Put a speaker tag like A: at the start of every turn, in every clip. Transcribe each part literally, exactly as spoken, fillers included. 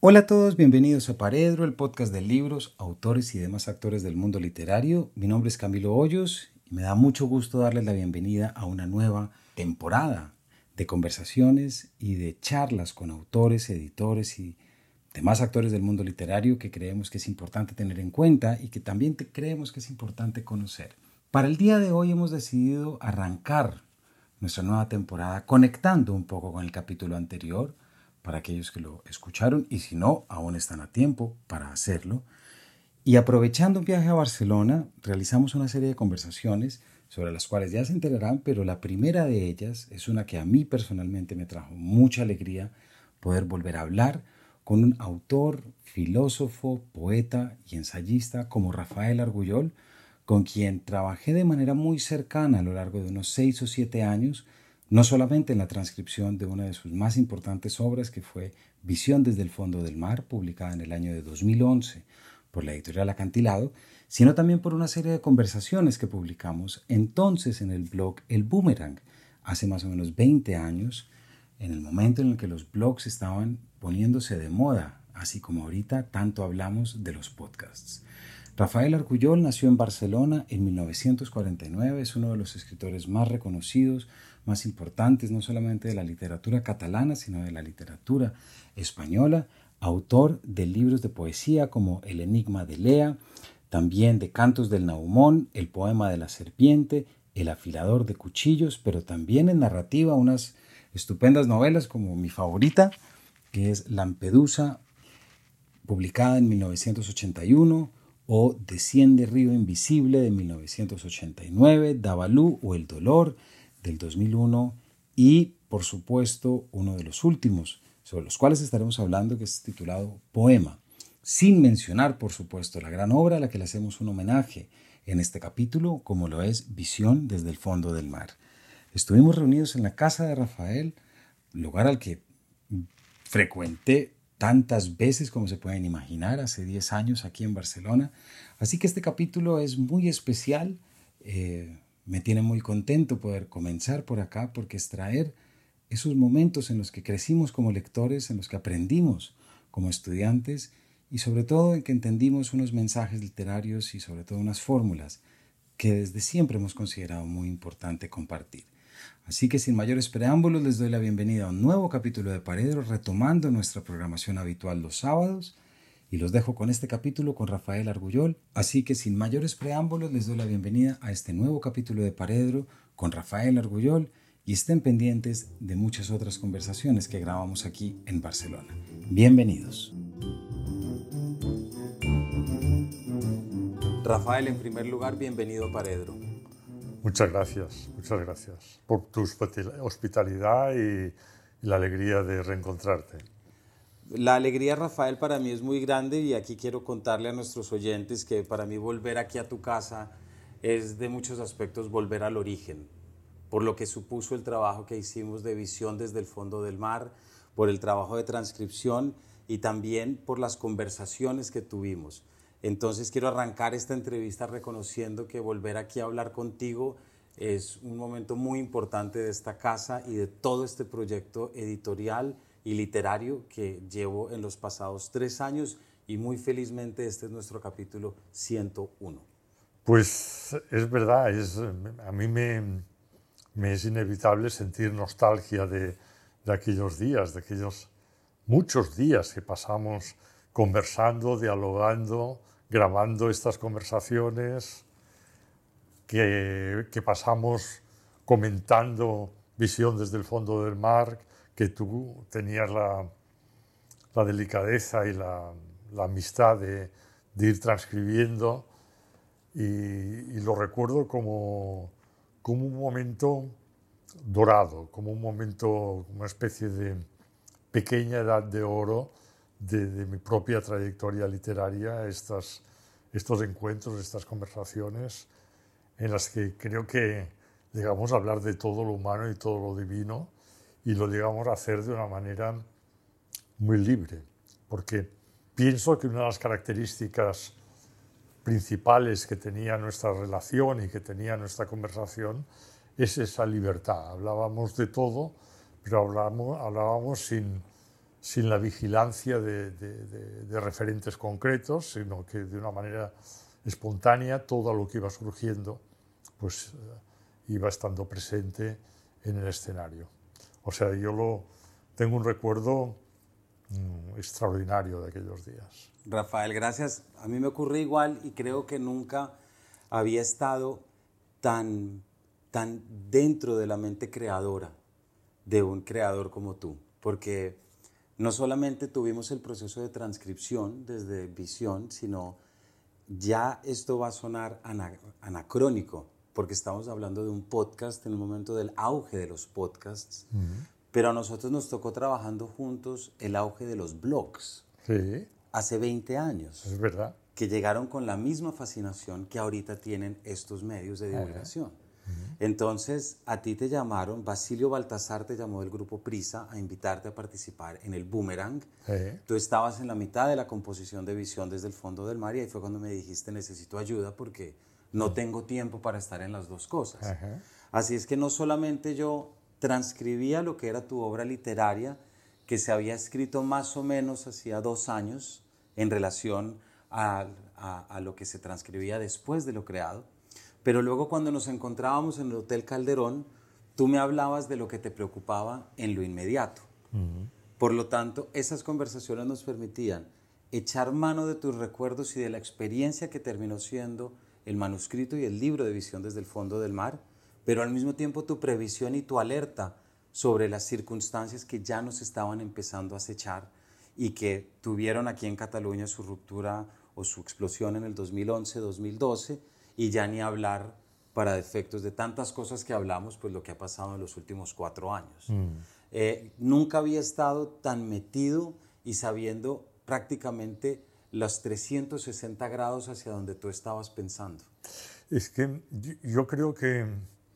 A: Hola a todos, bienvenidos a Paredro, el podcast de libros, autores y demás actores del mundo literario. Mi nombre es Camilo Hoyos y me da mucho gusto darles la bienvenida a una nueva temporada de conversaciones y de charlas con autores, editores y demás actores del mundo literario que creemos que es importante tener en cuenta y que también te creemos que es importante conocer. Para el día de hoy hemos decidido arrancar nuestra nueva temporada conectando un poco con el capítulo anterior, para aquellos que lo escucharon y si no, aún están a tiempo para hacerlo. Y aprovechando un viaje a Barcelona, realizamos una serie de conversaciones sobre las cuales ya se enterarán, pero la primera de ellas es una que a mí personalmente me trajo mucha alegría poder volver a hablar con un autor, filósofo, poeta y ensayista como Rafael Argullol, con quien trabajé de manera muy cercana a lo largo de unos seis o siete años, no solamente en la transcripción de una de sus más importantes obras, que fue Visión desde el fondo del mar, publicada en el año de dos mil once por la editorial Acantilado, sino también por una serie de conversaciones que publicamos entonces en el blog El Boomerang, hace más o menos veinte años, en el momento en el que los blogs estaban poniéndose de moda, así como ahorita tanto hablamos de los podcasts. Rafael Argullol nació en Barcelona en mil novecientos cuarenta y nueve, es uno de los escritores más reconocidos, más importantes, no solamente de la literatura catalana, sino de la literatura española, autor de libros de poesía como El enigma de Lea, también de Cantos del Nahumón, El poema de la serpiente, El afilador de cuchillos, pero también en narrativa unas estupendas novelas como mi favorita, que es Lampedusa, publicada en mil novecientos ochenta y uno, o Desciende Río Invisible de mil novecientos ochenta y nueve, Davalú o El dolor del dos mil uno y, por supuesto, uno de los últimos sobre los cuales estaremos hablando, que es titulado Poema, sin mencionar, por supuesto, la gran obra a la que le hacemos un homenaje en este capítulo, como lo es Visión desde el fondo del mar. Estuvimos reunidos en la casa de Rafael, lugar al que frecuenté tantas veces como se pueden imaginar, hace diez años aquí en Barcelona. Así que este capítulo es muy especial. Eh, me tiene muy contento poder comenzar por acá porque es traer esos momentos en los que crecimos como lectores, en los que aprendimos como estudiantes y sobre todo en que entendimos unos mensajes literarios y sobre todo unas fórmulas que desde siempre hemos considerado muy importante compartir. Así que sin mayores preámbulos les doy la bienvenida a un nuevo capítulo de Paredro, retomando nuestra programación habitual los sábados, y los dejo con este capítulo con Rafael Argullol. Así que sin mayores preámbulos les doy la bienvenida a este nuevo capítulo de Paredro con Rafael Argullol, y estén pendientes de muchas otras conversaciones que grabamos aquí en Barcelona. Bienvenidos. Rafael, en primer lugar, bienvenido a Paredro.
B: Muchas gracias, muchas gracias por tu hospitalidad y, y la alegría de reencontrarte.
A: La alegría, Rafael, para mí es muy grande y aquí quiero contarle a nuestros oyentes que para mí volver aquí a tu casa es de muchos aspectos volver al origen, por lo que supuso el trabajo que hicimos de Visión desde el fondo del mar, por el trabajo de transcripción y también por las conversaciones que tuvimos. Entonces quiero arrancar esta entrevista reconociendo que volver aquí a hablar contigo es un momento muy importante de esta casa y de todo este proyecto editorial y literario que llevo en los pasados tres años y muy felizmente este es nuestro capítulo ciento uno.
B: Pues es verdad, es, a mí me, me es inevitable sentir nostalgia de, de aquellos días, de aquellos muchos días que pasamos conversando, dialogando, grabando estas conversaciones, que, que pasamos comentando Visión desde el fondo del mar, que tú tenías la, la delicadeza y la, la amistad de, de ir transcribiendo, y, y lo recuerdo como, como un momento dorado, como un momento, una especie de pequeña edad de oro de, de mi propia trayectoria literaria, estas, estos encuentros, estas conversaciones en las que creo que llegamos a hablar de todo lo humano y todo lo divino y lo llegamos a hacer de una manera muy libre, porque pienso que una de las características principales que tenía nuestra relación y que tenía nuestra conversación es esa libertad. Hablábamos de todo, pero hablábamos, hablábamos sin sin la vigilancia de, de, de, de referentes concretos, sino que de una manera espontánea todo lo que iba surgiendo pues uh, iba estando presente en el escenario. O sea, yo lo, tengo un recuerdo mm, extraordinario de aquellos días.
A: Rafael, gracias. A mí me ocurre igual y creo que nunca había estado tan, tan dentro de la mente creadora de un creador como tú, porque no solamente tuvimos el proceso de transcripción desde Visión, sino ya esto va a sonar ana- anacrónico, porque estamos hablando de un podcast en el momento del auge de los podcasts, uh-huh. Pero a nosotros nos tocó trabajando juntos el auge de los blogs.
B: Sí.
A: Hace veinte años.
B: Es verdad.
A: Que llegaron con la misma fascinación que ahorita tienen estos medios de divulgación. Uh-huh. Entonces, a ti te llamaron, Basilio Baltasar te llamó del grupo Prisa a invitarte a participar en el Boomerang. Uh-huh. Tú estabas en la mitad de la composición de Visión desde el fondo del mar y ahí fue cuando me dijiste, necesito ayuda porque no tengo tiempo para estar en las dos cosas. Uh-huh. Así es que no solamente yo transcribía lo que era tu obra literaria, que se había escrito más o menos hacía dos años en relación a, a, a lo que se transcribía después de lo creado, pero luego cuando nos encontrábamos en el Hotel Calderón, tú me hablabas de lo que te preocupaba en lo inmediato. Uh-huh. Por lo tanto, esas conversaciones nos permitían echar mano de tus recuerdos y de la experiencia que terminó siendo el manuscrito y el libro de Visión desde el fondo del mar, pero al mismo tiempo tu previsión y tu alerta sobre las circunstancias que ya nos estaban empezando a acechar y que tuvieron aquí en Cataluña su ruptura o su explosión en el dos mil once, dos mil doce, y ya ni hablar para efectos de tantas cosas que hablamos, pues lo que ha pasado en los últimos cuatro años. Mm. Eh, nunca había estado tan metido y sabiendo prácticamente los trescientos sesenta grados hacia donde tú estabas pensando.
B: Es que yo creo que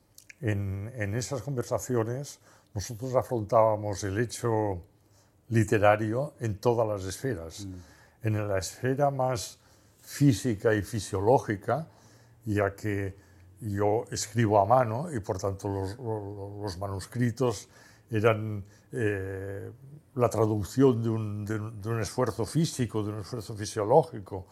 B: en, en esas conversaciones nosotros afrontábamos el hecho literario en todas las esferas. Mm. En la esfera más física y fisiológica, ya que yo escribo a mano y por tanto los, los, los manuscritos eran eh, la traducción de un, de, de un esfuerzo físico, de un esfuerzo fisiológico.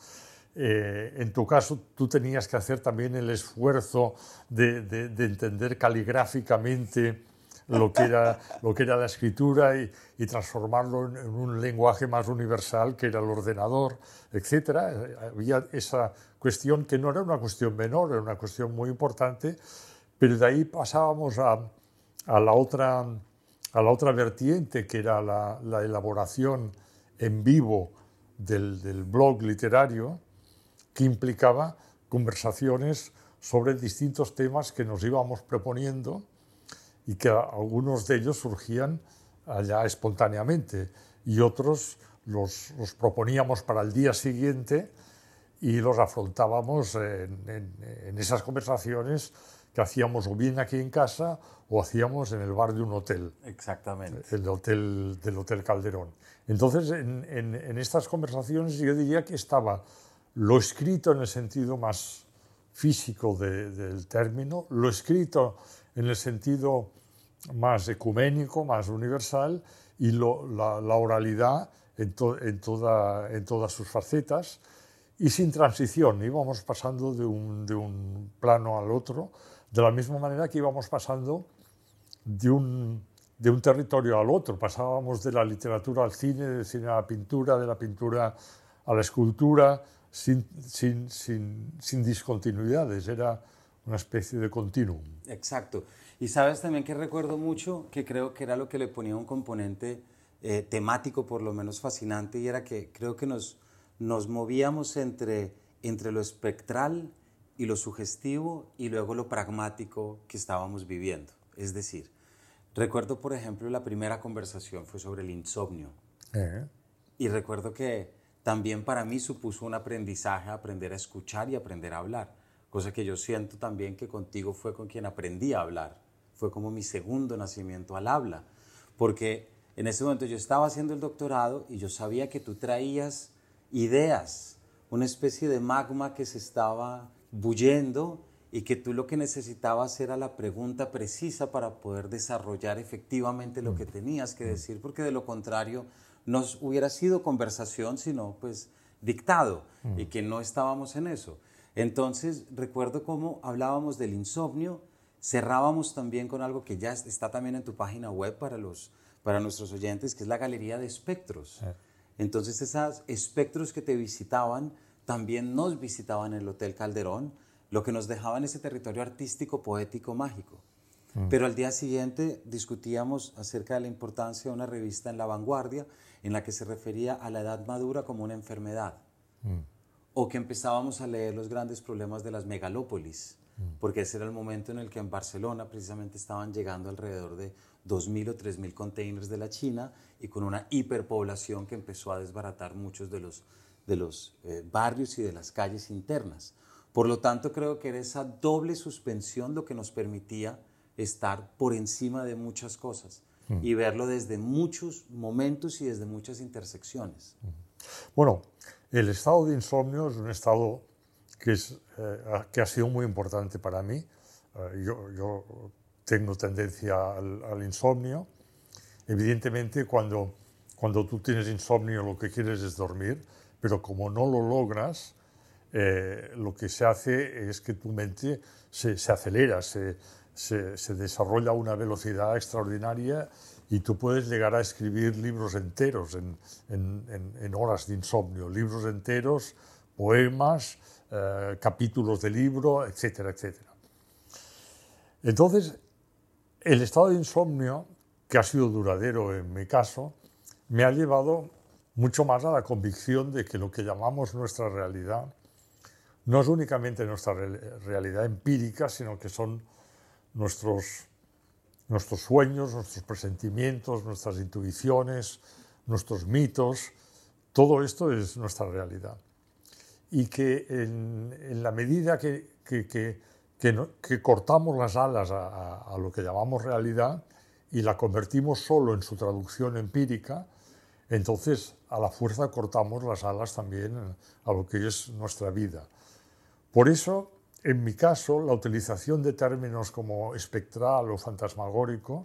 B: Eh, en tu caso, tú tenías que hacer también el esfuerzo de, de, de entender caligráficamente lo que era, lo que era la escritura y, y transformarlo en, en un lenguaje más universal que era el ordenador, etcétera. Había esa cuestión que no era una cuestión menor, era una cuestión muy importante, pero de ahí pasábamos a, a, la, otra, a la otra vertiente, que era la, la elaboración en vivo del, del blog literario, que implicaba conversaciones sobre distintos temas que nos íbamos proponiendo y que algunos de ellos surgían allá espontáneamente y otros los, los proponíamos para el día siguiente y los afrontábamos en, en, en esas conversaciones que hacíamos o bien aquí en casa o hacíamos en el bar de un hotel.
A: Exactamente.
B: El hotel, del Hotel Calderón. Entonces, en, en, en estas conversaciones yo diría que estaba lo escrito en el sentido más físico de, del término, lo escrito en el sentido más ecuménico, más universal, y lo, la, la oralidad en, to, en, toda, en todas sus facetas, y sin transición. Íbamos pasando de un, de un plano al otro, de la misma manera que íbamos pasando de un, de un territorio al otro. Pasábamos de la literatura al cine, del cine a la pintura, de la pintura a la escultura, sin, sin, sin, sin discontinuidades. Era una especie de continuum.
A: Exacto. Y sabes también que recuerdo mucho, que creo que era lo que le ponía un componente eh, temático por lo menos fascinante, y era que creo que nos, nos movíamos entre, entre lo espectral y lo sugestivo y luego lo pragmático que estábamos viviendo. Es decir, recuerdo por ejemplo la primera conversación fue sobre el insomnio. Uh-huh. Y recuerdo que también para mí supuso un aprendizaje, aprender a escuchar y aprender a hablar, cosa que yo siento también que contigo fue con quien aprendí a hablar. Fue como mi segundo nacimiento al habla, porque en ese momento yo estaba haciendo el doctorado y yo sabía que tú traías ideas, una especie de magma que se estaba bullendo y que tú lo que necesitabas era la pregunta precisa para poder desarrollar efectivamente lo que tenías que decir, porque de lo contrario no hubiera sido conversación, sino pues dictado,
B: Mm.
A: y que no estábamos en eso. Entonces recuerdo cómo hablábamos del insomnio, cerrábamos también con algo que ya está también en tu página web para, los, para nuestros oyentes, que es la galería de espectros.
B: Sí.
A: Entonces esos espectros que te visitaban también nos visitaban en el Hotel Calderón, lo que nos dejaba en ese territorio artístico, poético, mágico. Mm. Pero al día siguiente discutíamos acerca de la importancia de una revista en La Vanguardia en la que se refería a la edad madura como una enfermedad. Mm. O que empezábamos a leer los grandes problemas de las megalópolis, mm. porque ese era el momento en el que en Barcelona precisamente estaban llegando alrededor de dos mil o tres mil containers de la China, y con una hiperpoblación que empezó a desbaratar muchos de los, de los eh, barrios y de las calles internas. Por lo tanto, creo que era esa doble suspensión lo que nos permitía estar por encima de muchas cosas mm. y verlo desde muchos momentos y desde muchas intersecciones.
B: Bueno, el estado de insomnio es un estado que, es, eh, que ha sido muy importante para mí. Eh, yo, yo tengo tendencia al, al insomnio. Evidentemente, cuando, cuando tú tienes insomnio, lo que quieres es dormir, pero como no lo logras, eh, lo que se hace es que tu mente se, se acelera, se, se, se desarrolla a una velocidad extraordinaria, y tú puedes llegar a escribir libros enteros en, en, en, en horas de insomnio, libros enteros, poemas, eh, capítulos de libro, etcétera, etcétera. Entonces, el estado de insomnio, que ha sido duradero en mi caso, me ha llevado mucho más a la convicción de que lo que llamamos nuestra realidad no es únicamente nuestra re- realidad empírica, sino que son nuestros, nuestros sueños, nuestros presentimientos, nuestras intuiciones, nuestros mitos. Todo esto es nuestra realidad. Y que en, en la medida que, que, que, que, no, que cortamos las alas a, a, a lo que llamamos realidad y la convertimos solo en su traducción empírica, entonces a la fuerza cortamos las alas también a lo que es nuestra vida. Por eso, en mi caso, la utilización de términos como espectral o fantasmagórico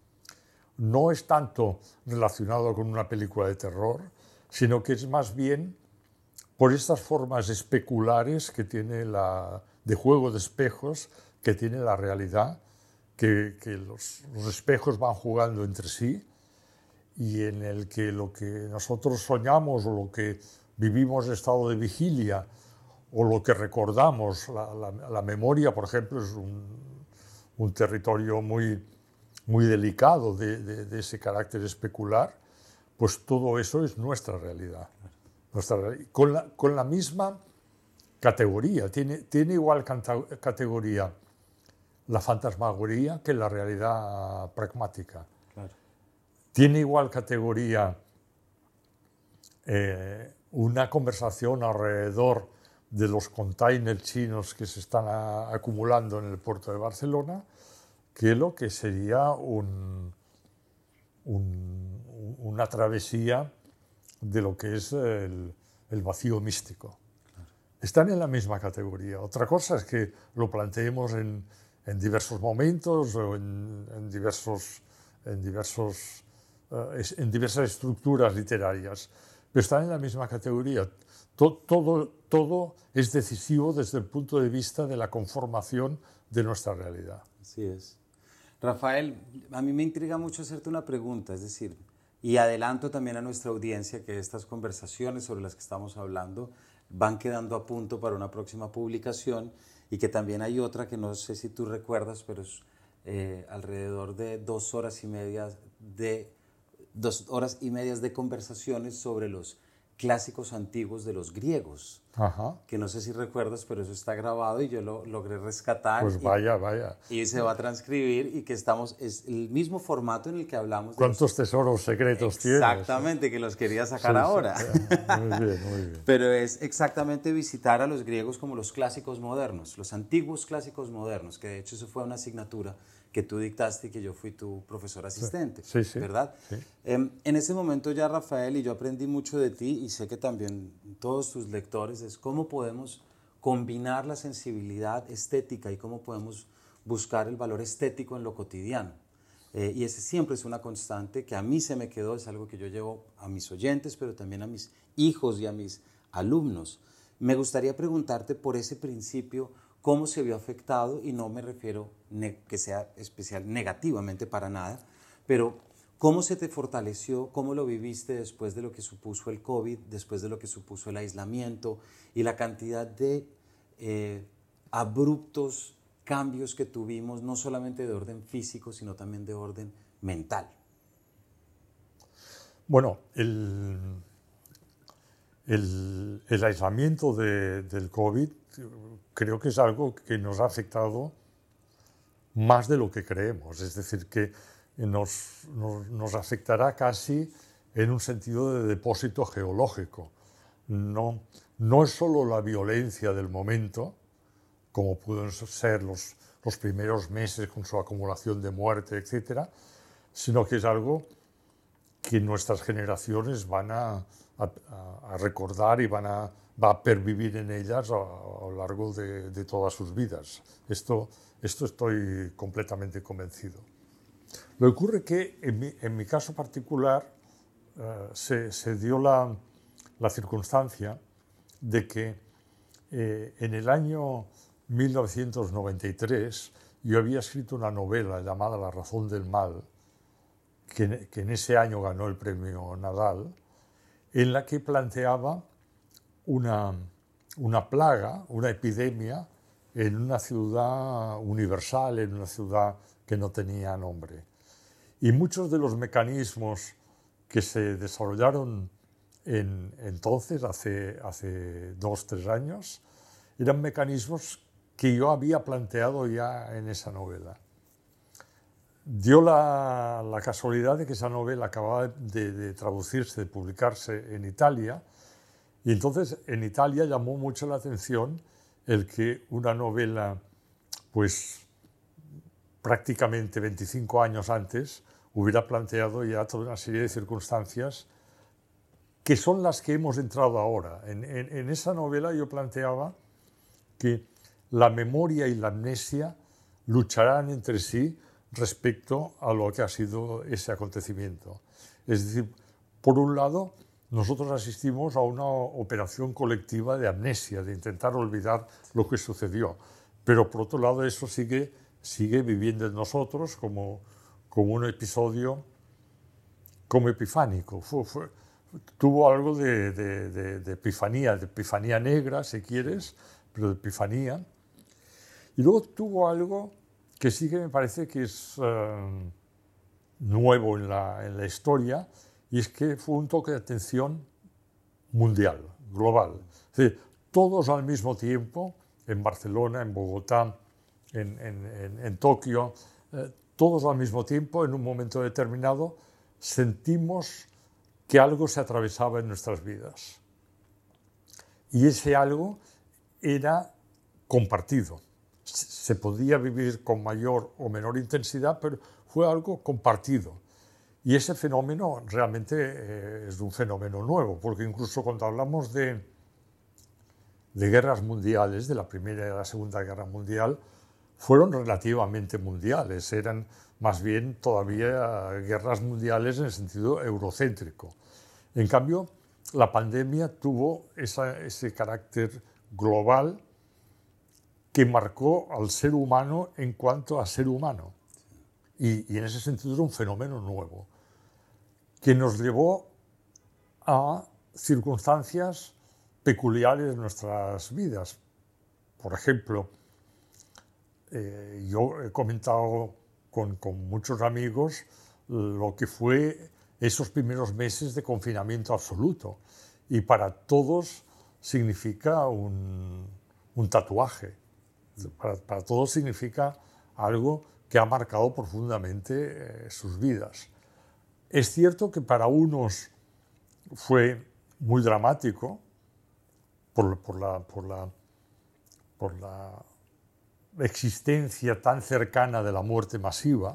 B: no es tanto relacionado con una película de terror, sino que es más bien por estas formas especulares que tiene la, de juego de espejos que tiene la realidad, que, que los, los espejos van jugando entre sí, y en el que lo que nosotros soñamos o lo que vivimos en estado de vigilia o lo que recordamos, la, la, la memoria, por ejemplo, es un, un territorio muy, muy delicado de, de, de ese carácter especular, pues todo eso es nuestra realidad. Nuestra, con, la, con la misma categoría, tiene, tiene igual canta, categoría la fantasmagoría que la realidad pragmática.
A: Claro.
B: Tiene igual categoría eh, una conversación alrededor de los containers chinos que se están a, acumulando en el puerto de Barcelona, que lo que sería un, un, una travesía de lo que es el, el vacío místico. Claro. Están en la misma categoría. Otra cosa es que lo planteemos en, en diversos momentos o en, en, diversos, en, diversos, uh, en diversas estructuras literarias, pero están en la misma categoría. Todo, todo, todo es decisivo desde el punto de vista de la conformación de nuestra realidad.
A: Así es. Rafael, a mí me intriga mucho hacerte una pregunta, es decir, y adelanto también a nuestra audiencia que estas conversaciones sobre las que estamos hablando van quedando a punto para una próxima publicación, y que también hay otra que no sé si tú recuerdas, pero es eh, alrededor de dos horas y media de dos horas y medias de conversaciones sobre los clásicos antiguos de los griegos.
B: Ajá.
A: Que no sé si recuerdas, pero eso está grabado y yo lo logré rescatar.
B: Pues vaya, y, vaya.
A: Y se va a transcribir, y que estamos, es el mismo formato en el que hablamos.
B: ¿Cuántos los tesoros secretos tienes?
A: Exactamente, que los quería sacar
B: sí,
A: ahora.
B: Sí, muy bien, muy bien.
A: Pero es exactamente visitar a los griegos como los clásicos modernos, los antiguos clásicos modernos, que de hecho eso fue una asignatura que tú dictaste y que yo fui tu profesor asistente,
B: sí, sí,
A: ¿verdad?
B: Sí.
A: Eh, en ese momento ya, Rafael, y yo aprendí mucho de ti, y sé que también todos tus lectores, es cómo podemos combinar la sensibilidad estética y cómo podemos buscar el valor estético en lo cotidiano. Eh, y ese siempre es una constante que a mí se me quedó, es algo que yo llevo a mis oyentes, pero también a mis hijos y a mis alumnos. Me gustaría preguntarte por ese principio, cómo se vio afectado, y no me refiero que sea especial negativamente para nada, pero cómo se te fortaleció, cómo lo viviste después de lo que supuso el COVID, después de lo que supuso el aislamiento y la cantidad de eh, abruptos cambios que tuvimos, no solamente de orden físico, sino también de orden mental.
B: Bueno, el, el, el aislamiento de, del COVID creo que es algo que nos ha afectado más de lo que creemos. Es decir, que nos, nos, nos afectará casi en un sentido de depósito geológico. No, no es solo la violencia del momento, como pueden ser los, los primeros meses con su acumulación de muerte, etcétera, sino que es algo que nuestras generaciones van a, a, a recordar y van a, va a pervivir en ellas a, a lo largo de, de todas sus vidas. Esto, esto estoy completamente convencido. Lo que ocurre que en mi, en mi caso particular uh, se, se dio la, la circunstancia de que eh, en el año mil novecientos noventa y tres yo había escrito una novela llamada La razón del mal, que, que en ese año ganó el premio Nadal, en la que planteaba una, una plaga, una epidemia en una ciudad universal, en una ciudad que no tenía nombre. Y muchos de los mecanismos que se desarrollaron en, entonces, hace, hace dos, tres años, eran mecanismos que yo había planteado ya en esa novela. Dio la, la casualidad de que esa novela acababa de, de traducirse, de publicarse en Italia, y entonces en Italia llamó mucho la atención el que una novela, pues prácticamente veinticinco años antes, hubiera planteado ya toda una serie de circunstancias que son las que hemos entrado ahora. En, en, en esa novela yo planteaba que la memoria y la amnesia lucharán entre sí respecto a lo que ha sido ese acontecimiento. Es decir, por un lado, nosotros asistimos a una operación colectiva de amnesia, de intentar olvidar lo que sucedió, pero por otro lado eso sigue, sigue viviendo en nosotros como, como un episodio como epifánico. Fue, fue, tuvo algo de, de, de, de epifanía, de epifanía negra, si quieres, pero de epifanía. Y luego tuvo algo que sí que me parece que es uh, nuevo en la, en la historia, y es que fue un toque de atención mundial, global. Es decir, todos al mismo tiempo, en Barcelona, en Bogotá, en, en, en, en Tokio, eh, todos al mismo tiempo, en un momento determinado, sentimos que algo se atravesaba en nuestras vidas. Y ese algo era compartido. Se podía vivir con mayor o menor intensidad, pero fue algo compartido. Y ese fenómeno realmente eh, es un fenómeno nuevo, porque incluso cuando hablamos de, de guerras mundiales, de la Primera y la Segunda Guerra Mundial, fueron relativamente mundiales, eran más bien todavía guerras mundiales en el sentido eurocéntrico. En cambio, la pandemia tuvo esa, ese carácter global que marcó al ser humano en cuanto a ser humano. Y, y en ese sentido es un fenómeno nuevo, que nos llevó a circunstancias peculiares en nuestras vidas. Por ejemplo, eh, yo he comentado con, con muchos amigos lo que fue esos primeros meses de confinamiento absoluto. Y para todos significa un, un tatuaje. Para, para todos significa algo que ha marcado profundamente eh, sus vidas. Es cierto que para unos fue muy dramático por, por, la, por, la, por la existencia tan cercana de la muerte masiva,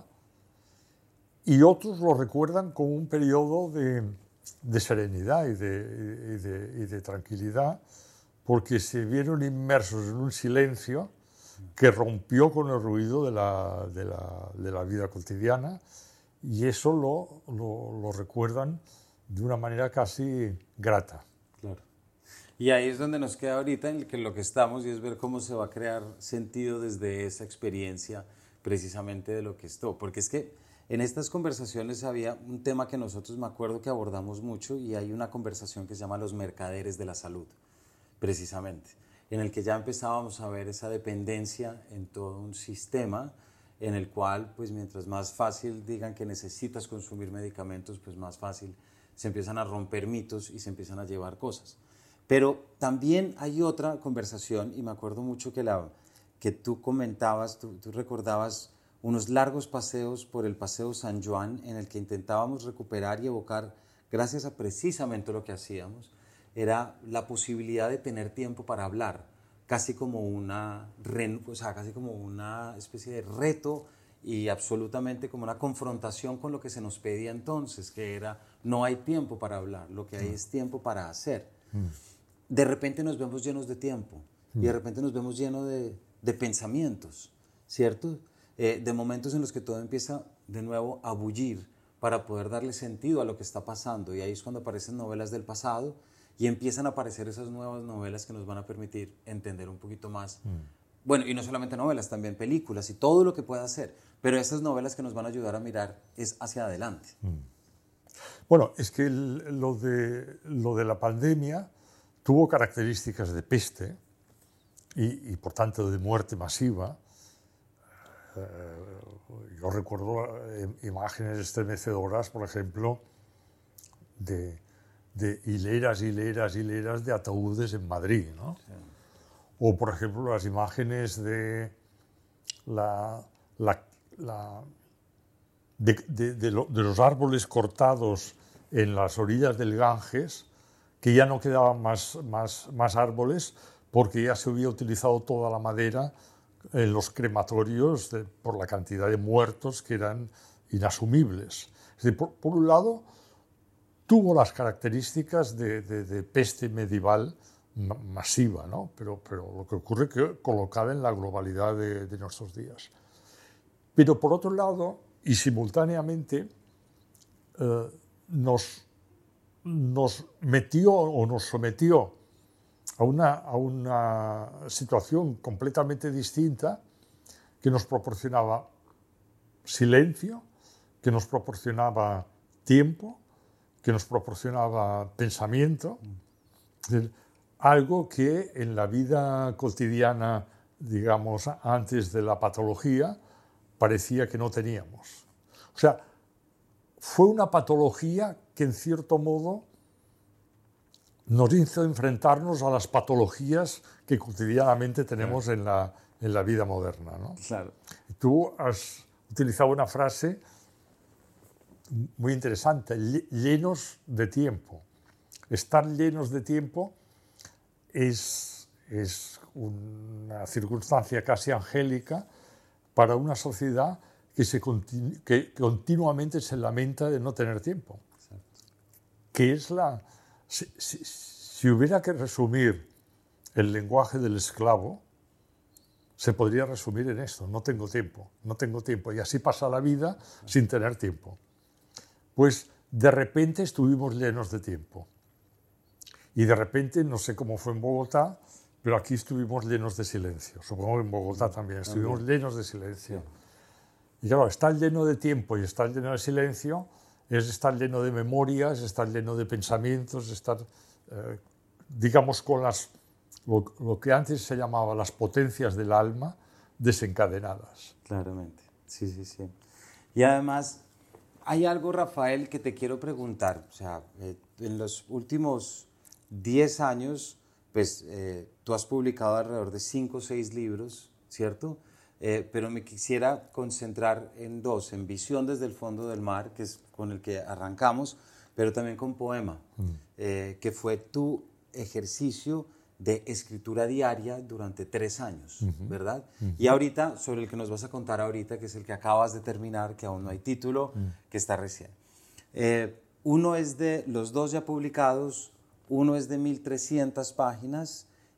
B: y otros lo recuerdan como un periodo de, de serenidad y de, y, de, y de tranquilidad, porque se vieron inmersos en un silencio que rompió con el ruido de la, de la, de la vida cotidiana, y eso lo, lo, lo recuerdan de una manera casi grata.
A: Claro. Y ahí es donde nos queda ahorita en el que lo que estamos, y es ver cómo se va a crear sentido desde esa experiencia precisamente de lo que esto. Porque es que en estas conversaciones había un tema que nosotros me acuerdo que abordamos mucho, y hay una conversación que se llama los mercaderes de la salud, precisamente, en el que ya empezábamos a ver esa dependencia en todo un sistema en el cual, pues mientras más fácil digan que necesitas consumir medicamentos, pues más fácil se empiezan a romper mitos y se empiezan a llevar cosas. Pero también hay otra conversación, y me acuerdo mucho que, la, que tú comentabas, tú, tú recordabas unos largos paseos por el Paseo San Juan en el que intentábamos recuperar y evocar, gracias a precisamente lo que hacíamos, era la posibilidad de tener tiempo para hablar, casi como una, o sea, casi como una especie de reto y absolutamente como una confrontación con lo que se nos pedía entonces, que era, no hay tiempo para hablar, lo que hay es tiempo para hacer. De repente nos vemos llenos de tiempo y de repente nos vemos llenos de, de pensamientos, ¿cierto? Eh, de momentos en los que todo empieza de nuevo a bullir para poder darle sentido a lo que está pasando, y ahí es cuando aparecen novelas del pasado y empiezan a aparecer esas nuevas novelas que nos van a permitir entender un poquito más. Mm. Bueno, y no solamente novelas, también películas y todo lo que pueda hacer, pero esas novelas que nos van a ayudar a mirar es hacia adelante. Mm.
B: Bueno, es que el, lo, de, lo de la pandemia tuvo características de peste y, y por tanto de muerte masiva. Eh, yo recuerdo eh, imágenes estremecedoras, por ejemplo, de, de hileras, hileras, hileras de ataúdes en Madrid, ¿no? Sí. O, por ejemplo, las imágenes de, la, la, la, de, de, de, lo, de los árboles cortados en las orillas del Ganges, que ya no quedaban más, más, más árboles porque ya se había utilizado toda la madera en los crematorios de, por la cantidad de muertos que eran inasumibles. Es decir, por, por un lado, tuvo las características de, de, de peste medieval masiva, ¿no? pero, pero lo que ocurre es que colocada en la globalidad de, de nuestros días. Pero por otro lado, y simultáneamente, eh, nos, nos metió o nos sometió a una, a una situación completamente distinta que nos proporcionaba silencio, que nos proporcionaba tiempo, que nos proporcionaba pensamiento, es decir, algo que en la vida cotidiana, digamos, antes de la patología, parecía que no teníamos. O sea, fue una patología que en cierto modo nos hizo enfrentarnos a las patologías que cotidianamente tenemos claro. en, la, en la vida moderna, ¿no?
A: Claro.
B: Tú has utilizado una frase muy interesante, llenos de tiempo. Estar llenos de tiempo es, es una circunstancia casi angélica para una sociedad que, se continu, que continuamente se lamenta de no tener tiempo. Exacto. Que es la... Si, si, si hubiera que resumir el lenguaje del esclavo, se podría resumir en esto: no tengo tiempo, no tengo tiempo, y así pasa la vida sin tener tiempo. Pues de repente estuvimos llenos de tiempo. Y de repente, no sé cómo fue en Bogotá, pero aquí estuvimos llenos de silencio. Supongo que en Bogotá también estuvimos también. llenos de silencio. Sí. Y claro, estar lleno de tiempo y estar lleno de silencio es estar lleno de memorias, estar lleno de pensamientos, estar, eh, digamos, con las, lo, lo que antes se llamaba las potencias del alma desencadenadas.
A: Claramente, sí, sí, sí. Y además, hay algo, Rafael, que te quiero preguntar. O sea, eh, en los últimos diez años, pues, eh, tú has publicado alrededor de cinco o seis libros, ¿cierto? Eh, pero me quisiera concentrar en dos, en Visión desde el fondo del mar, que es con el que arrancamos, pero también con Poema, mm. eh, que fue tu ejercicio de escritura diaria durante tres años, uh-huh. ¿verdad? Uh-huh. Y ahorita, sobre el que nos vas a contar ahorita, que es el que acabas de terminar, que aún no hay título, uh-huh. que está recién. Eh, uno es de, los dos ya publicados, uno es de mil trescientas páginas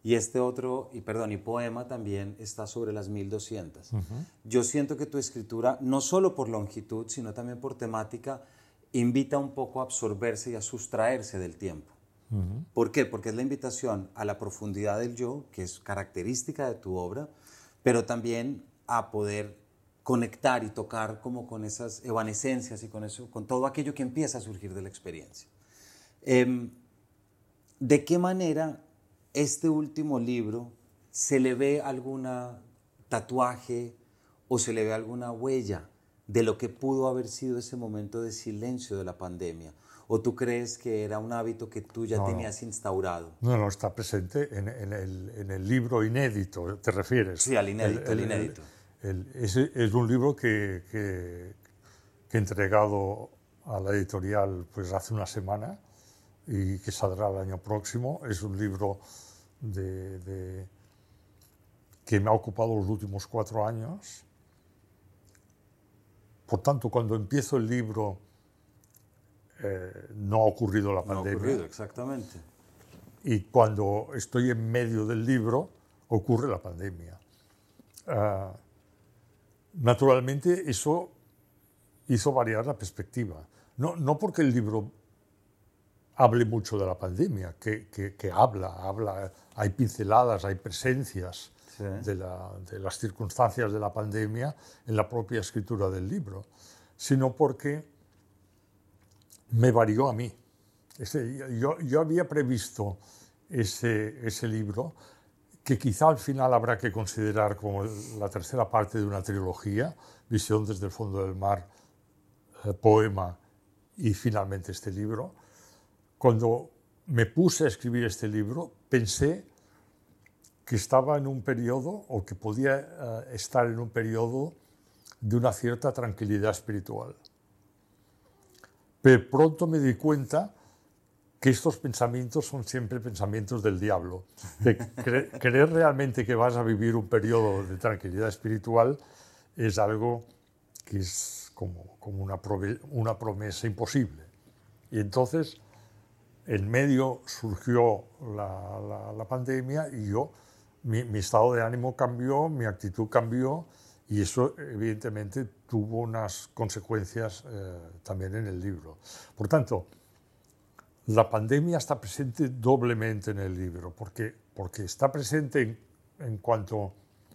A: y este otro, y perdón, y Poema también está sobre las mil doscientas. Uh-huh. Yo siento que tu escritura, no solo por longitud, sino también por temática, invita un poco a absorberse y a sustraerse del tiempo. Uh-huh. ¿Por qué? Porque es la invitación a la profundidad del yo, que es característica de tu obra, pero también a poder conectar y tocar como con esas evanescencias y con, eso, con todo aquello que empieza a surgir de la experiencia. Eh, ¿De qué manera este último libro se le ve alguna tatuaje o se le ve alguna huella de lo que pudo haber sido ese momento de silencio de la pandemia? ¿O tú crees que era un hábito que tú ya no, tenías no. instaurado?
B: No, no, está presente en, en, el, en el libro inédito, ¿te refieres?
A: Sí, al inédito. El, el, el inédito.
B: El, el, es, es un libro que, que, que he entregado a la editorial pues, hace una semana y que saldrá el año próximo. Es un libro de, de, que me ha ocupado los últimos cuatro años. Por tanto, cuando empiezo el libro, eh, no ha ocurrido la pandemia.
A: No ha ocurrido, exactamente.
B: Y cuando estoy en medio del libro, ocurre la pandemia. Uh, naturalmente, eso hizo variar la perspectiva. No, no porque el libro hable mucho de la pandemia, que, que, que habla, habla, hay pinceladas, hay presencias sí. de, la, de las circunstancias de la pandemia en la propia escritura del libro, sino porque me varió a mí. Ese, yo, yo había previsto ese, ese libro, que quizá al final habrá que considerar como la tercera parte de una trilogía, Visión desde el fondo del mar, eh, Poema y finalmente este libro. Cuando me puse a escribir este libro, pensé que estaba en un periodo, o que podía uh, estar en un periodo de una cierta tranquilidad espiritual. Pero pronto me di cuenta que estos pensamientos son siempre pensamientos del diablo. De cre creer realmente que vas a vivir un periodo de tranquilidad espiritual es algo que es como, como una, una promesa imposible. Y entonces, en medio surgió la, la, la pandemia y yo, mi, mi estado de ánimo cambió, mi actitud cambió y eso evidentemente tuvo unas consecuencias eh, también en el libro. Por tanto, la pandemia está presente doblemente en el libro, porque, porque está presente en, en cuanto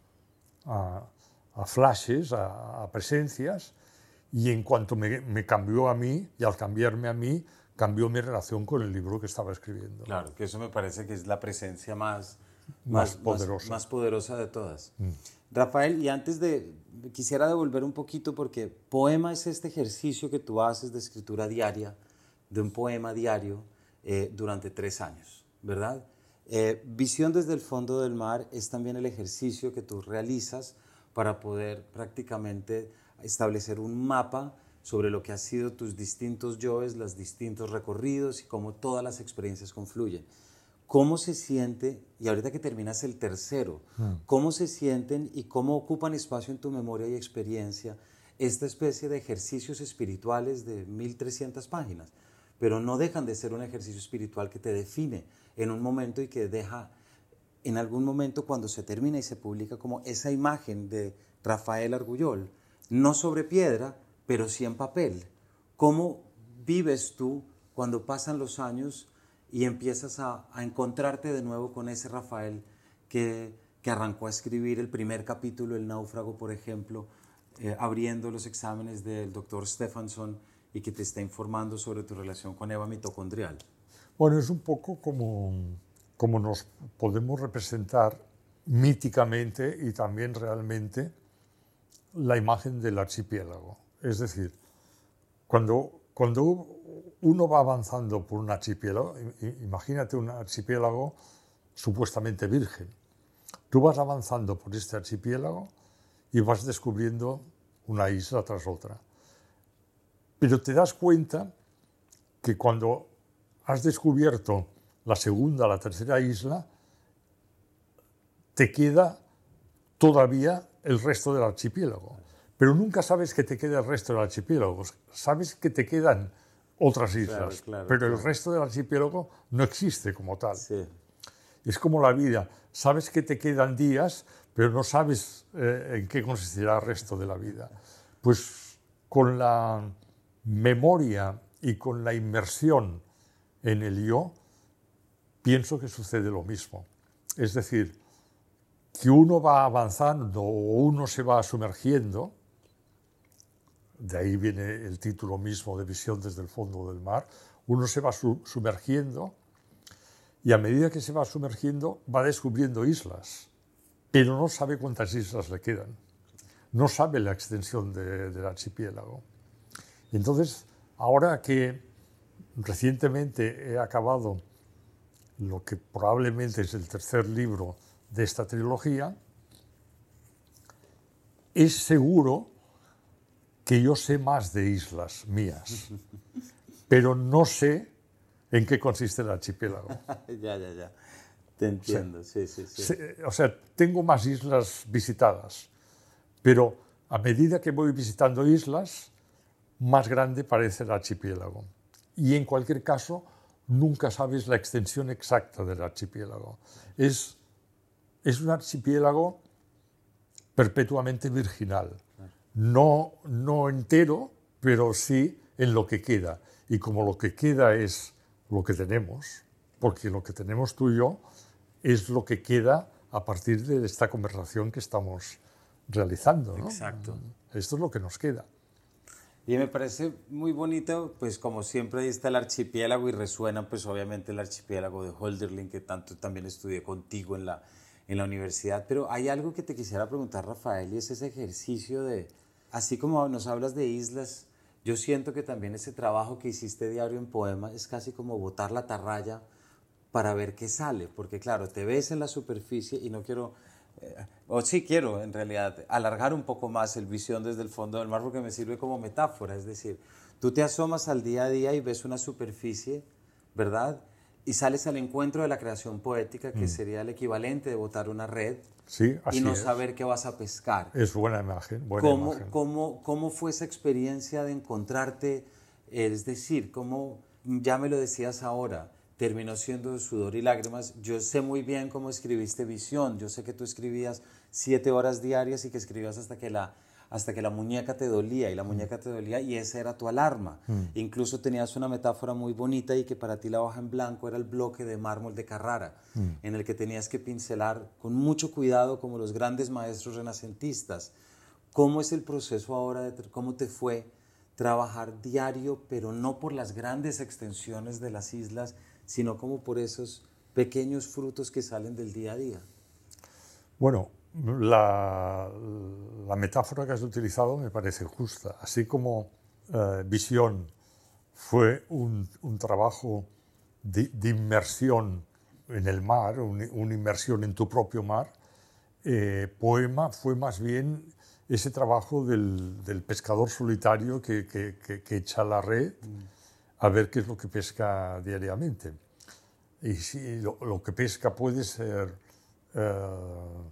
B: a, a flashes, a, a presencias, y en cuanto me, me cambió a mí, y al cambiarme a mí, cambió mi relación con el libro que estaba escribiendo.
A: Claro, que eso me parece que es la presencia más,
B: más,
A: más,
B: poderosa.
A: más, más poderosa de todas. Mm. Rafael, y antes de, quisiera devolver un poquito, porque Poema es este ejercicio que tú haces de escritura diaria, de un poema diario, eh, durante tres años, ¿verdad? Eh, Visión desde el fondo del mar es también el ejercicio que tú realizas para poder prácticamente establecer un mapa sobre lo que han sido tus distintos yoes, los distintos recorridos y cómo todas las experiencias confluyen. ¿Cómo se siente, y ahorita que terminas el tercero, mm. cómo se sienten y cómo ocupan espacio en tu memoria y experiencia esta especie de ejercicios espirituales de mil trescientas páginas? Pero no dejan de ser un ejercicio espiritual que te define en un momento y que deja en algún momento, cuando se termina y se publica, como esa imagen de Rafael Argullol, no sobre piedra, pero sí en papel. ¿Cómo vives tú cuando pasan los años y empiezas a, a encontrarte de nuevo con ese Rafael que, que arrancó a escribir el primer capítulo, El náufrago, por ejemplo, eh, abriendo los exámenes del doctor Stephenson y que te está informando sobre tu relación con Eva mitocondrial?
B: Bueno, es un poco como, como nos podemos representar míticamente y también realmente la imagen del archipiélago. Es decir, cuando, cuando uno va avanzando por un archipiélago, imagínate un archipiélago supuestamente virgen. Tú vas avanzando por este archipiélago y vas descubriendo una isla tras otra. Pero te das cuenta que cuando has descubierto la segunda, la tercera isla, te queda todavía el resto del archipiélago. Pero nunca sabes que te queda el resto del archipiélago. Sabes que te quedan otras islas, claro, claro, pero claro. El resto del archipiélago no existe como tal.
A: Sí.
B: Es como la vida. sabes que te quedan días, pero no sabes eh, en qué consistirá el resto de la vida. Pues con la memoria y con la inmersión en el yo, pienso que sucede lo mismo. Es decir, que uno va avanzando o uno se va sumergiendo, de ahí viene el título mismo de Visión desde el fondo del mar, uno se va su sumergiendo y a medida que se va sumergiendo va descubriendo islas, pero no sabe cuántas islas le quedan, no sabe la extensión de, del archipiélago. Entonces, ahora que recientemente he acabado lo que probablemente es el tercer libro de esta trilogía, es seguro que yo sé más de islas mías, pero no sé en qué consiste el archipiélago.
A: Ya, ya, ya. Te entiendo, o sea, sí, sí, sí.
B: O sea, tengo más islas visitadas, pero a medida que voy visitando islas, más grande parece el archipiélago. Y en cualquier caso, nunca sabes la extensión exacta del archipiélago. Es, es un archipiélago perpetuamente virginal. No, no entero, pero sí en lo que queda. Y como lo que queda es lo que tenemos, porque lo que tenemos tú y yo es lo que queda a partir de esta conversación que estamos realizando, ¿no?
A: Exacto.
B: Esto es lo que nos queda.
A: Y me parece muy bonito, pues como siempre ahí está el archipiélago y resuena pues obviamente el archipiélago de Hölderlin, que tanto también estudié contigo en la, en la universidad. Pero hay algo que te quisiera preguntar, Rafael, y es ese ejercicio de, así como nos hablas de islas, yo siento que también ese trabajo que hiciste diario en Poema es casi como botar la atarraya para ver qué sale, porque claro, te ves en la superficie y no quiero... Eh, o sí quiero, en realidad, alargar un poco más el visión desde el fondo del mar porque me sirve como metáfora. Es decir, tú te asomas al día a día y ves una superficie, ¿verdad? Y sales al encuentro de la creación poética, que mm. sería el equivalente de botar una red
B: sí, así
A: y no
B: es.
A: saber qué vas a pescar.
B: Es buena imagen, buena
A: ¿Cómo,
B: imagen.
A: ¿cómo, ¿Cómo fue esa experiencia de encontrarte? Es decir, ¿cómo, ya me lo decías ahora, terminó siendo sudor y lágrimas? Yo sé muy bien cómo escribiste Visión. Yo sé que tú escribías siete horas diarias y que escribías hasta que la, hasta que la muñeca te dolía, y la muñeca te dolía, y esa era tu alarma. Mm. Incluso tenías una metáfora muy bonita y que para ti la hoja en blanco era el bloque de mármol de Carrara, mm. en el que tenías que pincelar con mucho cuidado como los grandes maestros renacentistas. ¿Cómo es el proceso ahora? De, ¿Cómo te fue trabajar diario, pero no por las grandes extensiones de las islas, sino como por esos pequeños frutos que salen del día a día?
B: Bueno, la, la metáfora que has utilizado me parece justa. Así como eh, Visión fue un, un trabajo de, de inmersión en el mar, un, una inmersión en tu propio mar, eh, Poema fue más bien ese trabajo del, del pescador solitario que, que, que, que echa la red mm. a ver qué es lo que pesca diariamente. Y si lo, lo que pesca puede ser eh,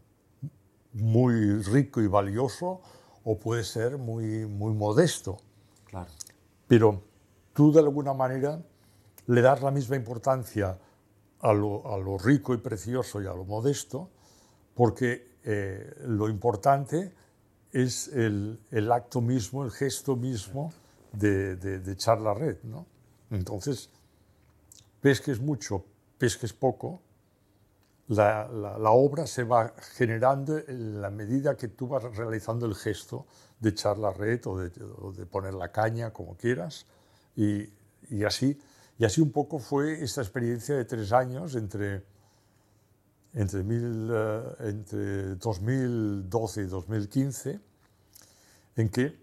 B: muy rico y valioso o puede ser muy, muy modesto.
A: Claro.
B: Pero tú de alguna manera le das la misma importancia a lo, a lo rico y precioso y a lo modesto, porque eh, lo importante es el, el acto mismo, el gesto mismo de, de, de echar la red, ¿no? Entonces, pesques mucho, pesques poco, la, la, la obra se va generando en la medida que tú vas realizando el gesto de echar la red o de, o de poner la caña, como quieras, y, y, así, y así un poco fue esta experiencia de tres años entre, entre, mil, uh, entre dos mil doce y dos mil quince, en que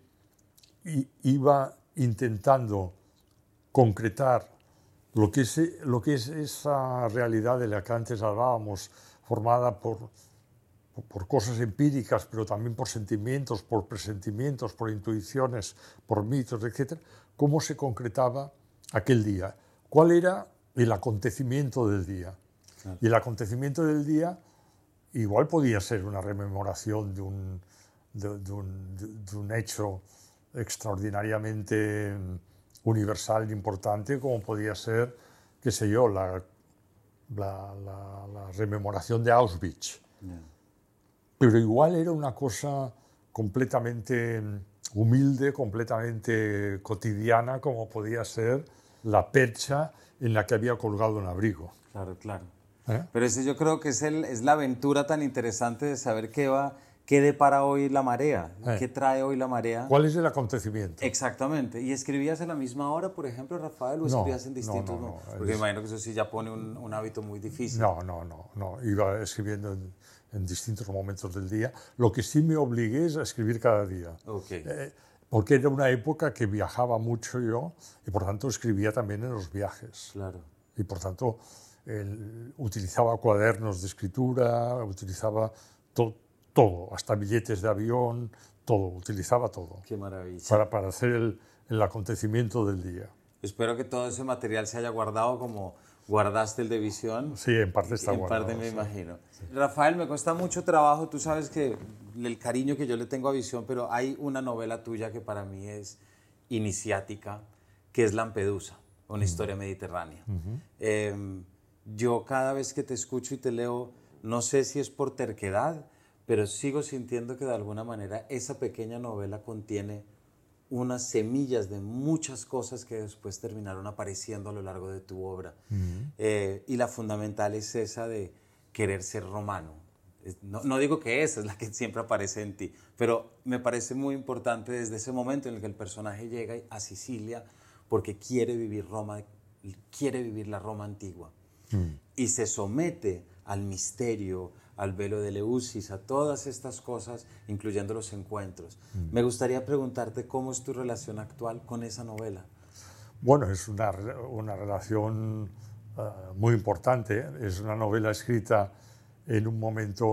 B: iba intentando concretar lo que, es, lo que es esa realidad de la que antes hablábamos, formada por, por cosas empíricas, pero también por sentimientos, por presentimientos, por intuiciones, por mitos, etcétera, cómo se concretaba aquel día, cuál era el acontecimiento del día. Claro. Y el acontecimiento del día igual podía ser una rememoración de un, de, de un, de, de un hecho extraordinariamente universal e importante, como podía ser, qué sé yo, la la, la, la rememoración de Auschwitz.
A: Yeah.
B: Pero igual era una cosa completamente humilde, completamente cotidiana, como podía ser la percha en la que había colgado un abrigo.
A: Claro, claro.
B: ¿Eh?
A: Pero ese yo creo que es, el, es la aventura tan interesante de saber qué va, qué depara hoy la marea,
B: Eh.
A: qué trae hoy la marea.
B: ¿Cuál es el acontecimiento?
A: Exactamente. ¿Y escribías a la misma hora, por ejemplo, Rafael, o
B: No,
A: escribías en
B: no,
A: distintos?
B: no, no.
A: Porque
B: Es-
A: imagino que eso sí ya pone un, un hábito muy difícil.
B: No, no, no, no. Iba escribiendo en, en distintos momentos del día. Lo que sí me obligué es a escribir cada día.
A: Ok.
B: Eh, porque era una época que viajaba mucho yo y por tanto escribía también en los viajes.
A: Claro.
B: Y por tanto el, utilizaba cuadernos de escritura, utilizaba to, todo, hasta billetes de avión, todo, utilizaba todo
A: Qué maravilla.
B: para, para hacer el, el acontecimiento del día.
A: Espero que todo ese material se haya guardado como guardaste el de Visión.
B: Sí, en parte está
A: En
B: guardado.
A: parte me
B: sí.
A: imagino. Rafael, me cuesta mucho trabajo, tú sabes que el cariño que yo le tengo a Visión, pero hay una novela tuya que para mí es iniciática, que es Lampedusa, una historia mediterránea. Eh, yo cada vez que te escucho y te leo, no sé si es por terquedad, pero sigo sintiendo que de alguna manera esa pequeña novela contiene unas semillas de muchas cosas que después terminaron apareciendo a lo largo de tu obra. Uh-huh. eh, y la fundamental es esa de querer ser romano. No, no digo que esa es la que siempre aparece en ti, pero me parece muy importante desde ese momento en el que el personaje llega a Sicilia porque quiere vivir Roma, quiere vivir la Roma antigua. Uh-huh. Y se somete al misterio, al velo de Eleusis, a todas estas cosas, incluyendo los encuentros. Mm. Me gustaría preguntarte cómo es tu relación actual con esa novela.
B: Bueno, es una, una relación uh, muy importante. Es una novela escrita en un momento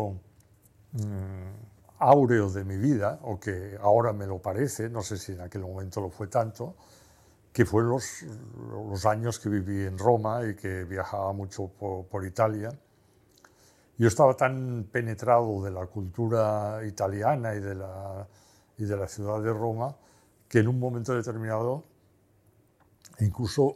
B: um, áureo de mi vida, o que ahora me lo parece, no sé si en aquel momento lo fue tanto, que fue los, los años que viví en Roma y que viajaba mucho por, por Italia. Yo estaba tan penetrado de la cultura italiana y de la, y de la ciudad de Roma que en un momento determinado incluso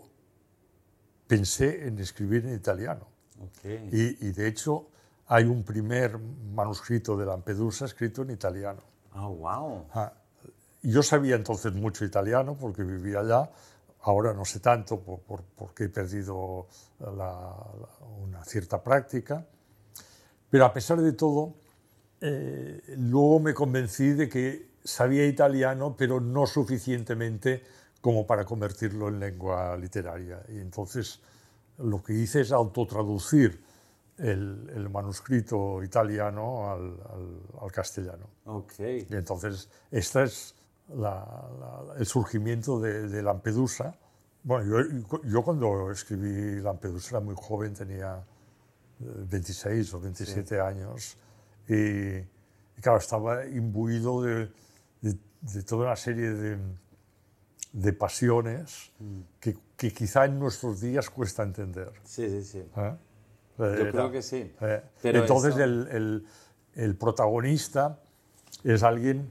B: pensé en escribir en italiano.
A: Okay.
B: Y, y de hecho hay un primer manuscrito de Lampedusa escrito en italiano.
A: Oh, wow.
B: Ah, yo sabía entonces mucho italiano porque vivía allá. Ahora no sé tanto por, por, porque he perdido la, la, una cierta práctica. Pero a pesar de todo, eh, luego me convencí de que sabía italiano, pero no suficientemente como para convertirlo en lengua literaria. Y entonces lo que hice es autotraducir el, el manuscrito italiano al, al, al castellano.
A: Okay.
B: Y entonces este es la, la, el surgimiento de, de Lampedusa. Bueno, yo, yo cuando escribí Lampedusa era muy joven, tenía veintiséis o veintisiete sí. años y, y claro, estaba imbuido de, de, de toda una serie de, de pasiones mm. que, que quizá en nuestros días cuesta entender.
A: Sí, sí, sí.
B: ¿Eh?
A: Yo Era, creo que sí.
B: Eh,
A: Pero
B: entonces
A: eso...
B: el, el, el protagonista es alguien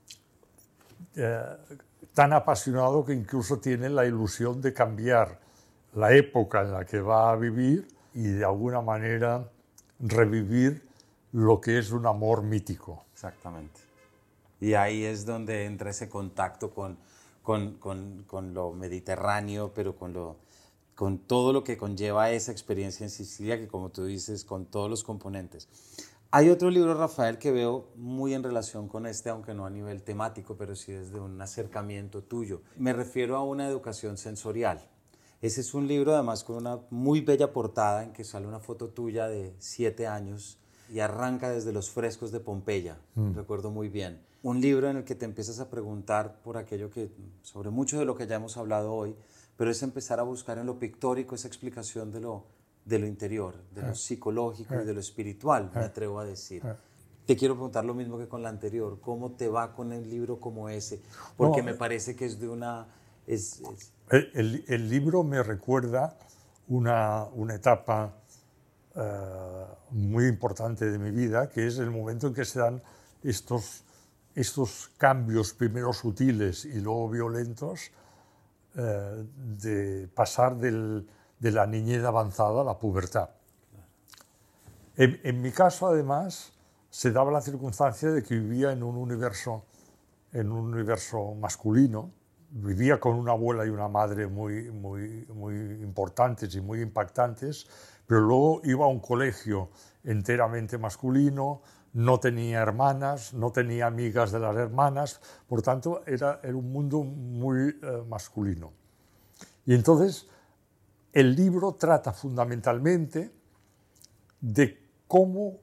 B: eh, tan apasionado que incluso tiene la ilusión de cambiar la época en la que va a vivir y de alguna manera revivir lo que es un amor mítico.
A: Exactamente. Y ahí es donde entra ese contacto con, con, con, con lo mediterráneo, pero con, lo, con todo lo que conlleva esa experiencia en Sicilia, que como tú dices, con todos los componentes. Hay otro libro, Rafael, que veo muy en relación con este, aunque no a nivel temático, pero sí desde un acercamiento tuyo. Me refiero a una educación sensorial. Ese es un libro además con una muy bella portada en que sale una foto tuya de siete años y arranca desde los frescos de Pompeya, mm. recuerdo muy bien. Un libro en el que te empiezas a preguntar por aquello que, sobre mucho de lo que ya hemos hablado hoy, pero es empezar a buscar en lo pictórico esa explicación de lo, de lo interior, de lo psicológico y de lo espiritual, me atrevo a decir. Te quiero preguntar lo mismo que con la anterior, ¿cómo te va con el libro como ese? Porque no, me parece que es de una... Es, es,
B: El, el, el libro me recuerda una, una etapa uh, muy importante de mi vida, que es el momento en que se dan estos, estos cambios, primero sutiles y luego violentos, uh, de pasar del, de la niñez avanzada a la pubertad. En, en mi caso, además, se daba la circunstancia de que vivía en un universo, en un universo masculino. Vivía con una abuela y una madre muy, muy, muy importantes y muy impactantes, pero luego iba a un colegio enteramente masculino, no tenía hermanas, no tenía amigas de las hermanas, por tanto era, era un mundo muy eh, masculino. Y entonces el libro trata fundamentalmente de cómo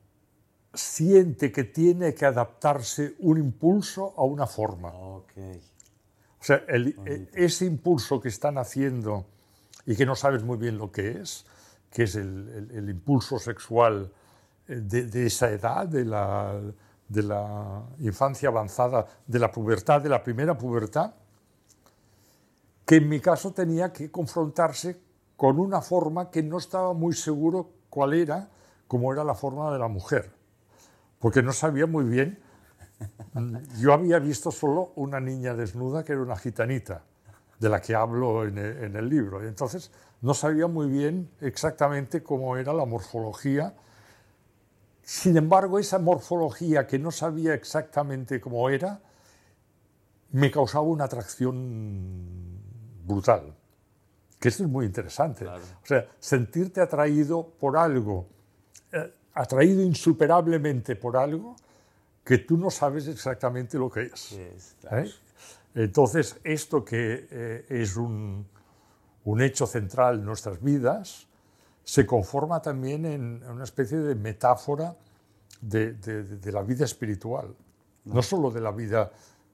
B: siente que tiene que adaptarse un impulso a una forma.
A: Okay.
B: O sea, el, ese impulso que están haciendo y que no sabes muy bien lo que es, que es el, el, el impulso sexual de, de esa edad, de la, de la infancia avanzada, de la pubertad, de la primera pubertad, que en mi caso tenía que confrontarse con una forma que no estaba muy seguro cuál era, como era la forma de la mujer, porque no sabía muy bien. Yo había visto solo una niña desnuda que era una gitanita, de la que hablo en el, en el libro. Y entonces no sabía muy bien exactamente cómo era la morfología. Sin embargo, esa morfología que no sabía exactamente cómo era, me causaba una atracción brutal. Que esto es muy interesante. Claro. O sea, sentirte atraído por algo, eh, atraído insuperablemente por algo, que tú no sabes exactamente lo que es.
A: Yes, claro.
B: ¿Eh? Entonces, esto que eh, es un, un hecho central en nuestras vidas, se conforma también en una especie de metáfora de, de, de la vida espiritual. No. no solo de la vida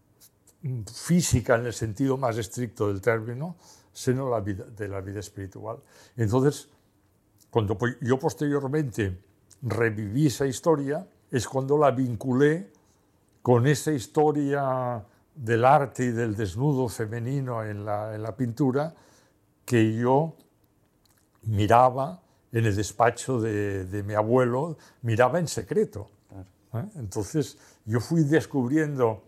B: física en el sentido más estricto del término, sino la vida, de la vida espiritual. Entonces, cuando yo posteriormente reviví esa historia, es cuando la vinculé con esa historia del arte y del desnudo femenino en la, en la pintura que yo miraba en el despacho de, de mi abuelo, miraba en secreto. Claro. ¿Eh? Entonces yo fui descubriendo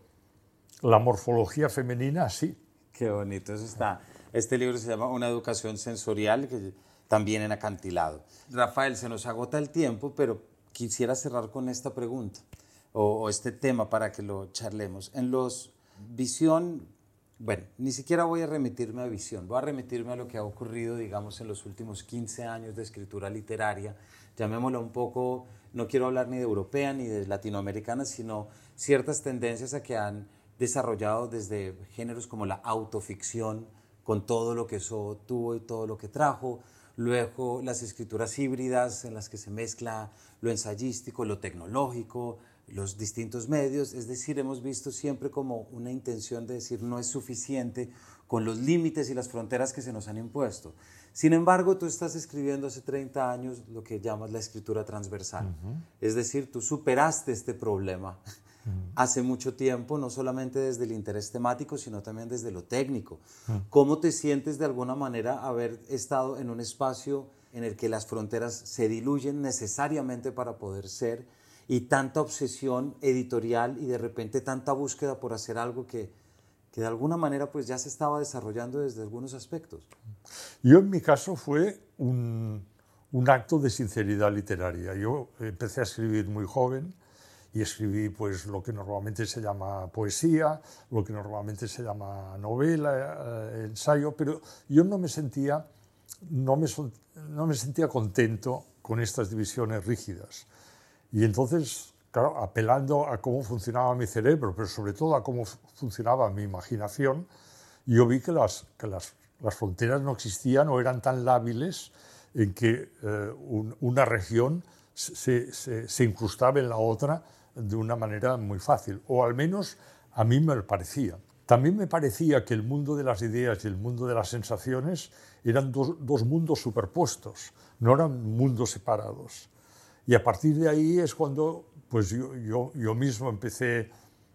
B: la morfología femenina así.
A: Qué bonito, eso está. Este libro se llama Una educación sensorial, que también en acantilado. Rafael, se nos agota el tiempo, pero quisiera cerrar con esta pregunta o, o este tema para que lo charlemos. En los visión, bueno, ni siquiera voy a remitirme a visión, voy a remitirme a lo que ha ocurrido, digamos, en los últimos quince años de escritura literaria, llamémoslo un poco, no quiero hablar ni de europea ni de latinoamericana, sino ciertas tendencias a que han desarrollado desde géneros como la autoficción, con todo lo que eso tuvo y todo lo que trajo. Luego las escrituras híbridas en las que se mezcla lo ensayístico, lo tecnológico, los distintos medios. Es decir, hemos visto siempre como una intención de decir no es suficiente con los límites y las fronteras que se nos han impuesto. Sin embargo, tú estás escribiendo hace treinta años lo que llamas la escritura transversal. Uh-huh. Es decir, tú superaste este problema hace mucho tiempo, no solamente desde el interés temático, sino también desde lo técnico. ¿Cómo te sientes de alguna manera haber estado en un espacio en el que las fronteras se diluyen necesariamente para poder ser, y tanta obsesión editorial y de repente tanta búsqueda por hacer algo que, que de alguna manera pues ya se estaba desarrollando desde algunos aspectos?
B: Yo en mi caso fue un, un acto de sinceridad literaria. Yo empecé a escribir muy joven, y escribí pues lo que normalmente se llama poesía, lo que normalmente se llama novela, eh, ensayo, pero yo no me sentía, no me, no me sentía contento con estas divisiones rígidas. Y entonces, claro, apelando a cómo funcionaba mi cerebro, pero sobre todo a cómo funcionaba mi imaginación, yo vi que las, que las, las fronteras no existían o eran tan lábiles en que eh, un, una región se, se, se incrustaba en la otra de una manera muy fácil, o al menos a mí me parecía. También me parecía que el mundo de las ideas y el mundo de las sensaciones eran dos, dos mundos superpuestos, no eran mundos separados. Y a partir de ahí es cuando pues yo, yo, yo mismo empecé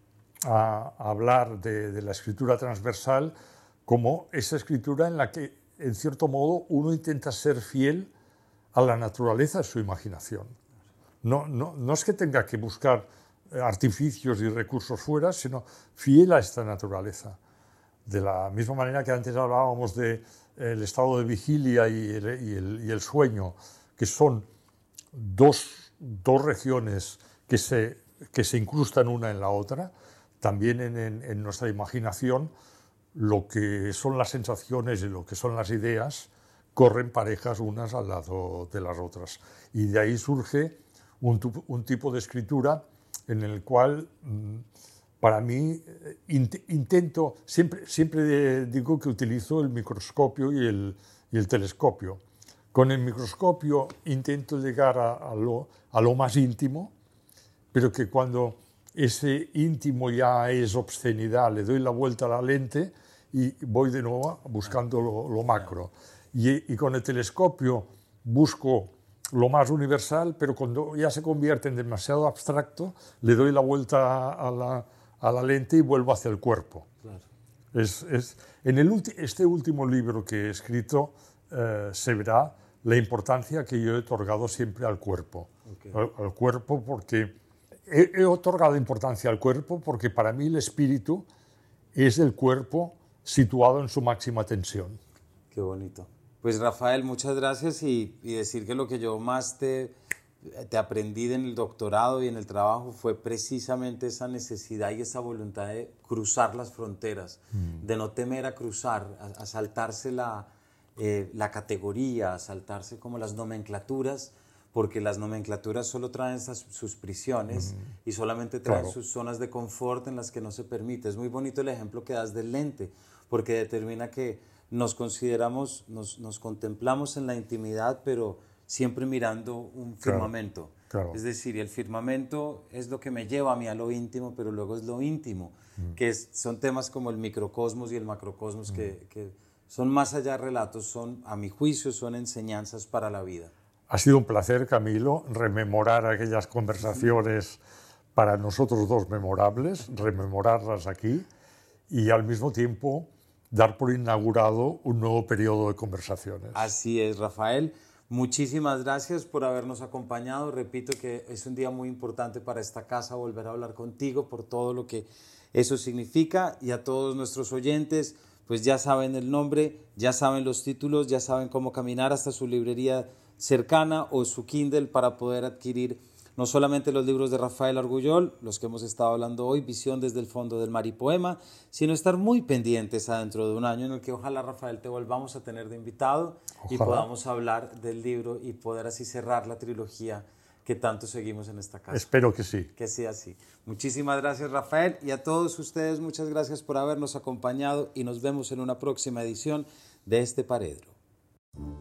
B: a, a hablar de, de la escritura transversal como esa escritura en la que, en cierto modo, uno intenta ser fiel a la naturaleza de su imaginación. No, no, no es que tenga que buscar artificios y recursos fuera, sino fiel a esta naturaleza. De la misma manera que antes hablábamos del estado de vigilia y el, y, el, y el sueño, que son dos, dos regiones que se, que se incrustan una en la otra. También en, en, en nuestra imaginación, lo que son las sensaciones y lo que son las ideas corren parejas unas al lado de las otras. Y de ahí surge un, un tipo de escritura en el cual, para mí, int, intento, siempre, siempre digo que utilizo el microscopio y el, y el telescopio. Con el microscopio intento llegar a, a, lo, a lo más íntimo, pero que cuando ese íntimo ya es obscenidad, le doy la vuelta a la lente y voy de nuevo buscando lo, lo macro. Y, y con el telescopio busco lo más universal, pero cuando ya se convierte en demasiado abstracto, le doy la vuelta a la, a la lente y vuelvo hacia el cuerpo. Claro. Es, es, en el ulti, este último libro que he escrito eh, se verá la importancia que yo he otorgado siempre al cuerpo. Okay. Al, al cuerpo porque he, he otorgado importancia al cuerpo porque para mí el espíritu es el cuerpo situado en su máxima tensión.
A: Qué bonito. Pues Rafael, muchas gracias y, y decir que lo que yo más te, te aprendí en el doctorado y en el trabajo fue precisamente esa necesidad y esa voluntad de cruzar las fronteras, mm. de no temer a cruzar, a, a saltarse la, eh, la categoría, a saltarse como las nomenclaturas, porque las nomenclaturas solo traen esas, sus prisiones mm. y solamente traen claro. sus zonas de confort en las que no se permite. Es muy bonito el ejemplo que das del lente, porque determina que nos consideramos, nos, nos contemplamos en la intimidad, pero siempre mirando un firmamento. Claro, claro. Es decir, el firmamento es lo que me lleva a mí a lo íntimo, pero luego es lo íntimo, mm. que es, son temas como el microcosmos y el macrocosmos, mm. que, que son más allá de relatos, son, a mi juicio, son enseñanzas para la vida.
B: Ha sido un placer, Camilo, rememorar aquellas conversaciones sí. para nosotros dos memorables, rememorarlas aquí y al mismo tiempo dar por inaugurado un nuevo periodo de conversaciones.
A: Así es, Rafael. Muchísimas gracias por habernos acompañado. Repito que es un día muy importante para esta casa volver a hablar contigo por todo lo que eso significa. Y a todos nuestros oyentes, pues ya saben el nombre, ya saben los títulos, ya saben cómo caminar hasta su librería cercana o su Kindle para poder adquirir no solamente los libros de Rafael Argullol, los que hemos estado hablando hoy, Visión desde el fondo del mar y poema, sino estar muy pendientes a dentro de un año en el que ojalá, Rafael, te volvamos a tener de invitado ojalá. Y podamos hablar del libro y poder así cerrar la trilogía que tanto seguimos en esta casa.
B: Espero que sí.
A: Que sea así. Muchísimas gracias, Rafael, y a todos ustedes muchas gracias por habernos acompañado y nos vemos en una próxima edición de este Paredro.